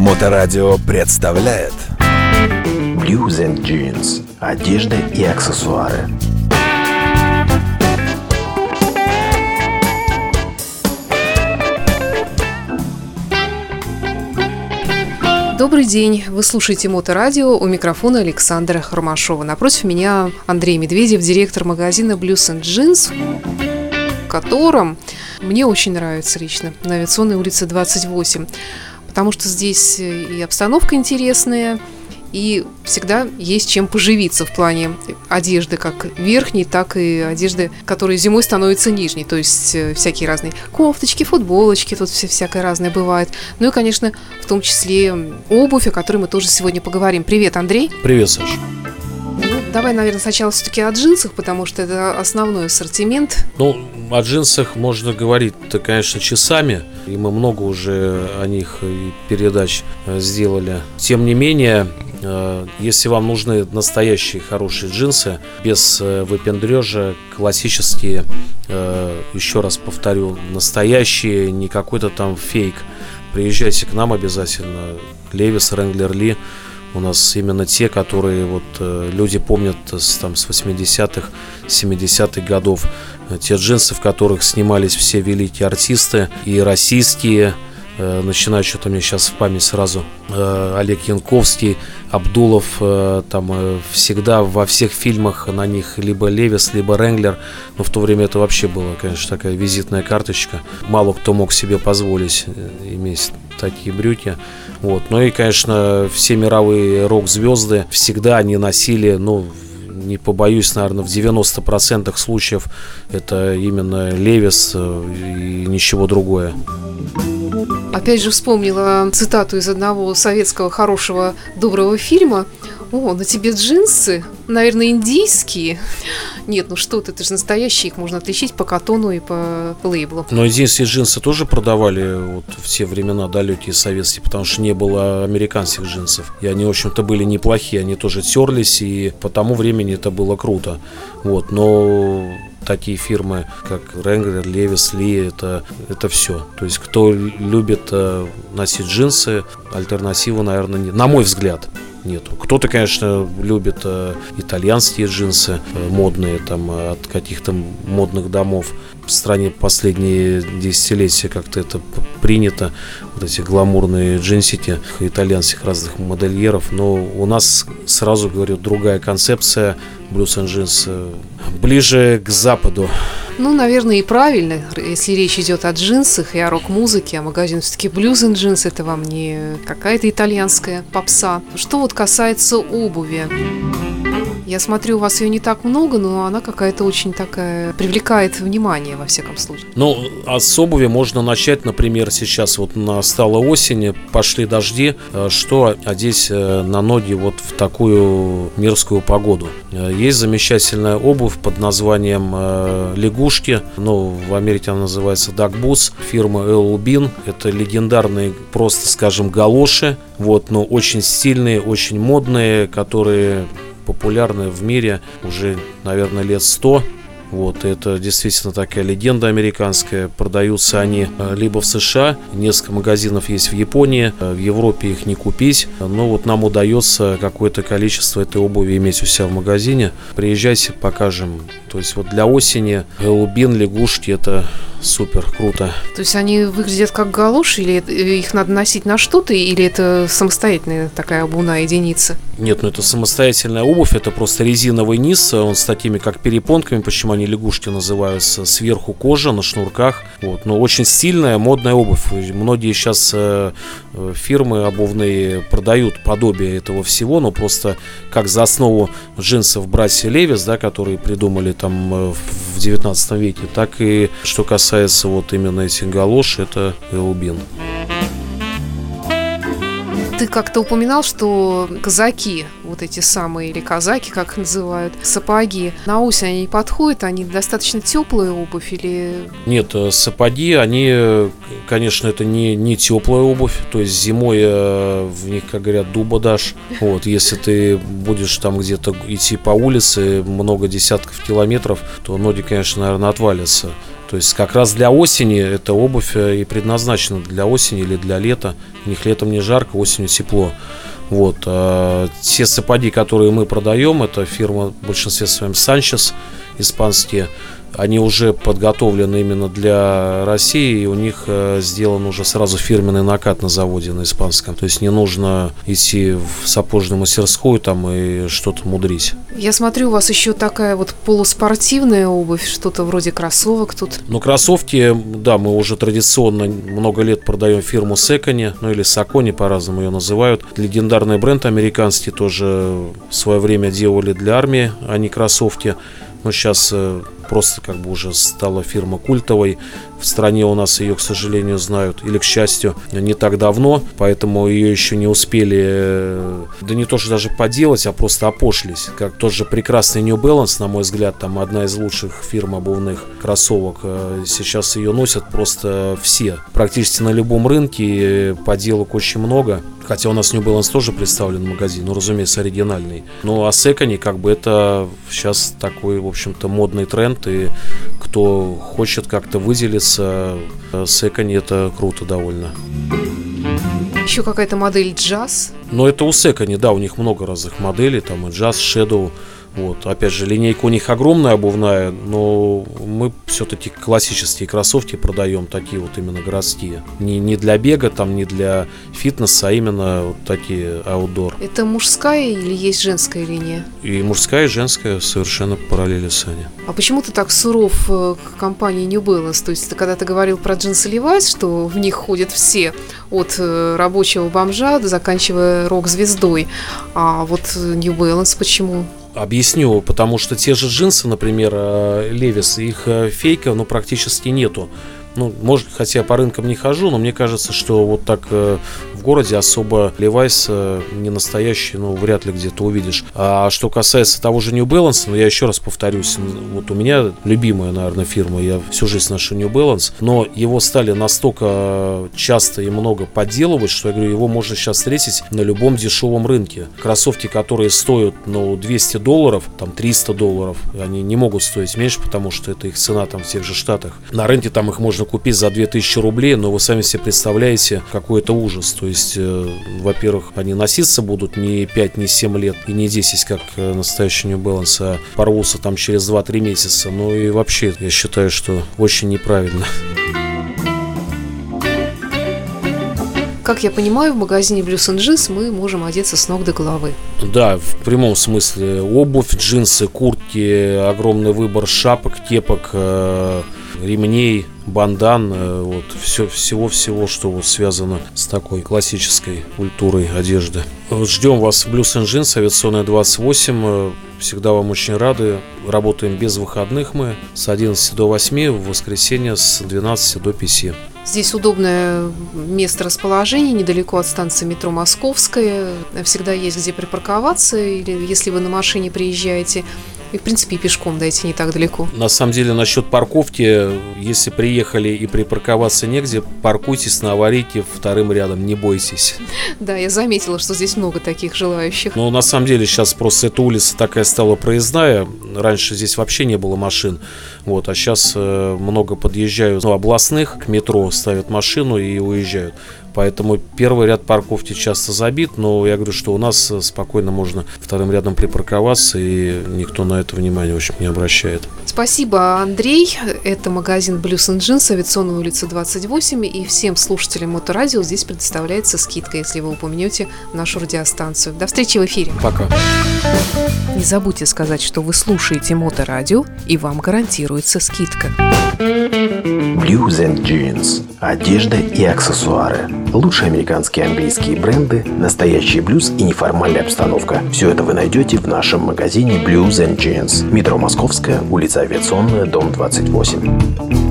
Моторадио представляет Blues and Jeans. Одежда и аксессуары. Добрый день, вы слушаете Моторадио, у микрофона Александра Ромашова. Напротив меня Андрей Медведев, директор магазина Blues and Jeans, в котором мне очень нравится лично, на Авиационной улице 28, потому что здесь и обстановка интересная, и всегда есть чем поживиться в плане одежды, как верхней, так и одежды, которая зимой становится нижней. То есть всякие разные кофточки, футболочки, тут всякое разное бывает. Ну и, конечно, в том числе обувь, о которой мы тоже сегодня поговорим. Привет, Андрей. Привет, Саша. Давай, наверное, сначала все-таки о джинсах, потому что это основной ассортимент. О джинсах можно говорить-то, конечно, часами, и мы много уже о них и передач сделали. Тем не менее, если вам нужны настоящие хорошие джинсы, без выпендрежа, классические, еще раз повторю, настоящие, не какой-то там фейк, приезжайте к нам обязательно. Levi's, Wrangler, Lee. У нас именно те, которые люди помнят с 80-х, 70-х годов. Те джинсы, в которых снимались все великие артисты, и российские, начиная что-то мне сейчас в память сразу, Олег Янковский, Абдулов, всегда во всех фильмах на них либо Levi's, либо Wrangler. Но в то время это вообще была, конечно, такая визитная карточка. Мало кто мог себе позволить иметь такие брюки. Ну и, конечно, все мировые рок-звезды всегда они носили, не побоюсь, наверное, в 90% случаев это именно Levi's и ничего другое. Опять же вспомнила цитату из одного советского хорошего доброго фильма. На тебе джинсы, наверное, индийские. Нет, это же настоящие, их можно отличить по катону и по лейблу. Но индийские джинсы тоже продавали в те времена далекие советские, потому что не было американских джинсов. И они, в общем-то, были неплохие, они тоже терлись, и по тому времени это было круто. Но такие фирмы, как Wrangler, Levi's, Lee, это все. То есть, кто любит носить джинсы, альтернативы, наверное, нет. На мой взгляд, нету. Кто-то, конечно, любит итальянские джинсы, модные, от каких-то модных домов. В стране последние десятилетия как-то это принято, эти гламурные джинсики итальянских разных модельеров. Но у нас, сразу говорю, другая концепция. Blues and Jeans ближе к западу. Наверное, и правильно, если речь идет о джинсах и о рок-музыке, а магазин все-таки Blues and Jeans, это вам не какая-то итальянская попса. Что касается обуви. Я смотрю, у вас ее не так много, но она какая-то очень такая, привлекает внимание, во всяком случае. А с обуви можно начать, например, сейчас настала осень, пошли дожди, что одеть на ноги в такую мерзкую погоду. Есть замечательная обувь под названием лягушки, в Америке она называется Duck Boots, фирмы L.U. Bean. Это легендарные, просто скажем, галоши, но очень стильные, очень модные, которые популярны в мире уже, наверное, лет 100. Это действительно такая легенда американская. Продаются они либо в США, несколько магазинов есть в Японии, в Европе их не купить. Но нам удается какое-то количество этой обуви иметь у себя в магазине. Приезжайте, покажем. То есть для осени L.U. лягушки — это супер, круто. То есть они выглядят как галоши, или их надо носить на что-то, или это самостоятельная такая обувная единица? Нет, это самостоятельная обувь, это просто резиновый низ, он с такими как перепонками, почему они лягушки называются, сверху кожа на шнурках. Но очень стильная, модная обувь. Многие сейчас фирмы обувные продают подобие этого всего, но просто как за основу джинсов братья Levi's, которые придумали в 19 веке, так и что касается именно этих галош, это L.U. Bean. Ты как-то упоминал, что казаки, эти самые, или казаки, как их называют, сапоги, на осень они не подходят, они достаточно теплая обувь или... Нет, сапоги, они, конечно, это не теплая обувь, то есть зимой в них, как говорят, дуба дашь. Если ты будешь где-то идти по улице много десятков километров, то ноги, конечно, наверное, отвалятся. То есть как раз для осени эта обувь и предназначена для осени или для лета. У них летом не жарко, осенью тепло. Вот. Те сапоги, которые мы продаем, это фирма в большинстве своем Санчес, испанские. Они уже подготовлены именно для России, и у них сделан уже сразу фирменный накат на заводе на испанском. То есть не нужно идти в сапожную мастерскую там и что-то мудрить. Я смотрю, у вас еще такая вот полуспортивная обувь, что-то вроде кроссовок тут. Ну, кроссовки, да, мы уже традиционно много лет продаем фирму Секони, ну или Сакони, по-разному ее называют. Легендарный бренд американский, тоже в свое время делали для армии, а не кроссовки. Но сейчас просто как бы уже стала фирма культовой. В стране у нас ее, к сожалению, знают, или к счастью, не так давно, поэтому ее еще не успели, да не то что даже поделать, а просто опошлить. Как тот же прекрасный New Balance, на мой взгляд, там одна из лучших фирм обувных кроссовок. Сейчас ее носят просто все. Практически на любом рынке поделок очень много. Хотя у нас New Balance тоже представлен в магазине, ну, разумеется, оригинальный. Ну, а Секони, как бы, это сейчас такой, в общем-то, модный тренд, и кто хочет как-то выделиться, Секони это круто довольно. Еще какая-то модель джаз. Но это у Секони, да, у них много разных моделей, там и джаз, Shadow. Вот. Опять же, линейка у них огромная обувная, но мы все-таки классические кроссовки продаем, такие вот именно городские. Не для бега, там, не для фитнеса, а именно вот такие outdoor. Это мужская или есть женская линия? И мужская, и женская совершенно параллели с Аней. А почему ты так суров к компании New Balance? То есть ты когда-то говорил про джинсы Levi's, что в них ходят все, от рабочего бомжа, заканчивая рок-звездой. А вот New Balance почему? Объясню, потому что те же джинсы, например, Levi's, их фейка, ну, практически нету. Ну, может, хотя я по рынкам не хожу, но мне кажется, что вот так в городе особо Levi's не настоящий, ну, вряд ли где-то увидишь. А что касается того же New Balance, ну, я еще раз повторюсь, вот у меня любимая, наверное, фирма, я всю жизнь ношу New Balance, но его стали настолько часто и много подделывать, что, я говорю, его можно сейчас встретить на любом дешевом рынке. Кроссовки, которые стоят, ну, $200, там, $300, они не могут стоить меньше, потому что это их цена там в тех же Штатах. На рынке там их можно купить за 2000 рублей, но вы сами себе представляете, какой это ужас. То есть, во-первых, они носиться будут не 5, не 7 лет и не 10, как настоящий New Balance, а порвутся там через 2-3 месяца. Ну и вообще, я считаю, что очень неправильно. Как я понимаю, в магазине Blues & Jeans мы можем одеться с ног до головы. Да, в прямом смысле. Обувь, джинсы, куртки, огромный выбор шапок, кепок, ремней, бандан, вот всего-всего, что вот связано с такой классической культурой одежды. Ждем вас в Blues & Jeans, авиационная 28. Всегда вам очень рады. Работаем без выходных мы с 11 до 8, в воскресенье с 12 до 5. Здесь удобное место расположения, недалеко от станции метро Московская. Всегда есть где припарковаться, или если вы на машине приезжаете. И, в принципе, и пешком дойти не так далеко. На самом деле, насчет парковки, если приехали и припарковаться негде, паркуйтесь на аварийке вторым рядом, не бойтесь. Да, я заметила, что здесь много таких желающих. Но на самом деле сейчас просто эта улица такая стала проездная. Раньше здесь вообще не было машин. Вот, а сейчас много подъезжают, ну, областных к метро, ставят машину и уезжают. Поэтому первый ряд парковки часто забит, но я говорю, что у нас спокойно можно вторым рядом припарковаться, и никто на это внимания, в общем, не обращает. Спасибо, Андрей. Это магазин Blues & Jeans, авиационная улица 28, и всем слушателям Моторадио здесь предоставляется скидка, если вы упомянете нашу радиостанцию. До встречи в эфире. Пока. Не забудьте сказать, что вы слушаете Моторадио, и вам гарантируется скидка. Blues & Jeans. Одежда и аксессуары. Лучшие американские и английские бренды, настоящий блюз и неформальная обстановка. Все это вы найдете в нашем магазине Blues & Jeans. Метро Московская, улица Авиационная, дом 28.